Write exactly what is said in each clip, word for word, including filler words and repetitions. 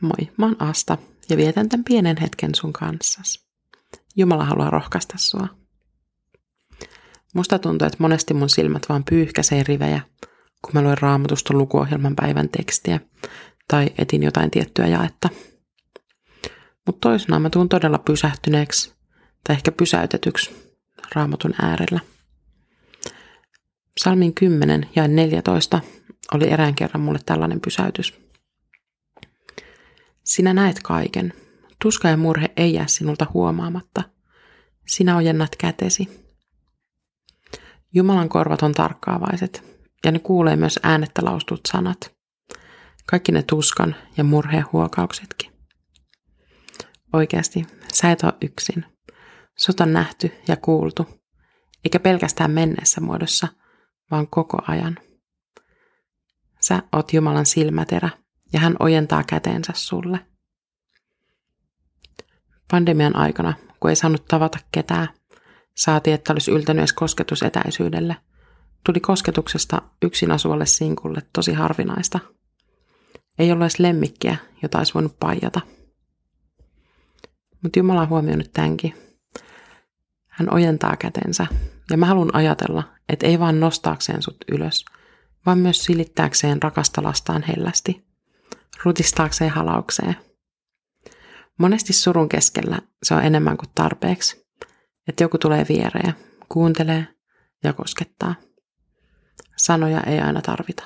Moi, mä oon Asta ja vietän tämän pienen hetken sun kanssas. Jumala haluaa rohkaista sua. Musta tuntuu, että monesti mun silmät vaan pyyhkäsee rivejä, kun mä luen Raamatusta lukuohjelman päivän tekstiä tai etin jotain tiettyä jaetta. Mutta toisinaan mä tuun todella pysähtyneeksi tai ehkä pysäytetyksi Raamatun äärellä. Psalmin kymmenen ja neljätoista oli erään kerran mulle tällainen pysäytys. Sinä näet kaiken. Tuska ja murhe ei jää sinulta huomaamatta. Sinä ojennat kätesi. Jumalan korvat on tarkkaavaiset, ja ne kuulee myös äänettä laustut sanat. Kaikki ne tuskan ja murheen huokauksetkin. Oikeasti, sä et ole yksin. Sut on nähty ja kuultu, eikä pelkästään menneessä muodossa, vaan koko ajan. Sä oot Jumalan silmäterä, ja hän ojentaa käteensä sulle. Pandemian aikana, kun ei saanut tavata ketään, saatiin, että olisi yltänyt edes kosketusetäisyydelle, tuli kosketuksesta yksin asuvalle sinkulle tosi harvinaista. Ei ollut edes lemmikkiä, jota olisi voinut paijata. Mutta Jumala on huomioinut tämänkin. Hän ojentaa kätensä, ja mä haluan ajatella, että ei vaan nostaakseen sut ylös, vaan myös silittääkseen rakasta lastaan hellästi, rutistaakseen halaukseen. Monesti surun keskellä se on enemmän kuin tarpeeksi, että joku tulee viereen, kuuntelee ja koskettaa. Sanoja ei aina tarvita.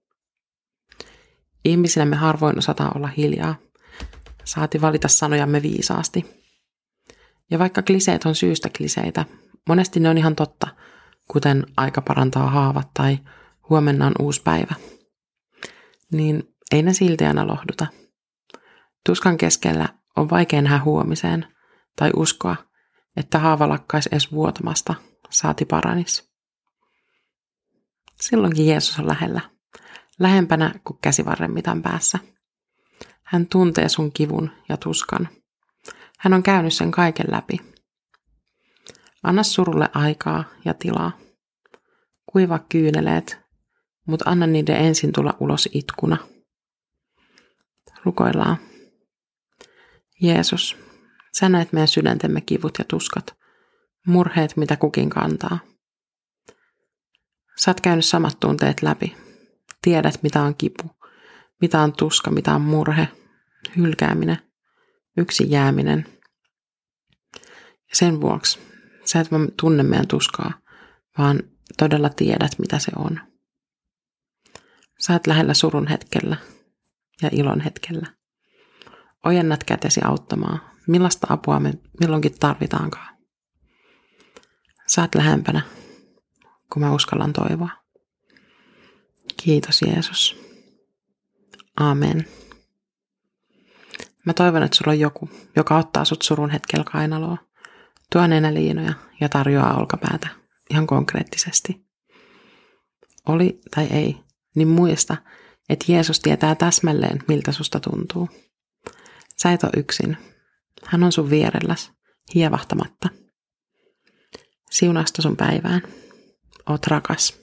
Ihmisinä me harvoin osataan olla hiljaa, saati valita sanojamme viisaasti. Ja vaikka kliseet on syystä kliseitä, monesti ne on ihan totta, kuten aika parantaa haavat tai huomenna on uusi päivä. Niin ei ne silti aina lohduta. Tuskan keskellä on vaikea nähdä huomiseen tai uskoa, että haava lakkaisi edes vuotamasta, saati paranis. Silloinkin Jeesus on lähellä, lähempänä kuin käsivarren mitan päässä. Hän tuntee sun kivun ja tuskan. Hän on käynyt sen kaiken läpi. Anna surulle aikaa ja tilaa. Kuiva kyyneleet, mutta anna niiden ensin tulla ulos itkuna. Rukoillaan. Jeesus, sä näet meidän sydäntemme kivut ja tuskat, murheet, mitä kukin kantaa. Sä oot käynyt samat tunteet läpi. Tiedät, mitä on kipu, mitä on tuska, mitä on murhe, hylkääminen, yksin jääminen. Ja sen vuoksi sä et vaan tunne meidän tuskaa, vaan todella tiedät, mitä se on. Sä oot lähellä surun hetkellä ja ilon hetkellä. Ojennat kätesi auttamaan, millaista apua me milloinkin tarvitaankaan. Sä oot lähempänä, kun mä uskallan toivoa. Kiitos Jeesus. Aamen. Mä toivon, että sulla on joku, joka ottaa sut surun hetkellä kainaloa, tuo nenäliinoja ja tarjoaa olkapäätä ihan konkreettisesti. Oli tai ei, niin muista, että Jeesus tietää täsmälleen, miltä susta tuntuu. Sä et ole yksin. Hän on sun vierelläs, hievahtamatta. Siunausta sun päivään. Oot rakas.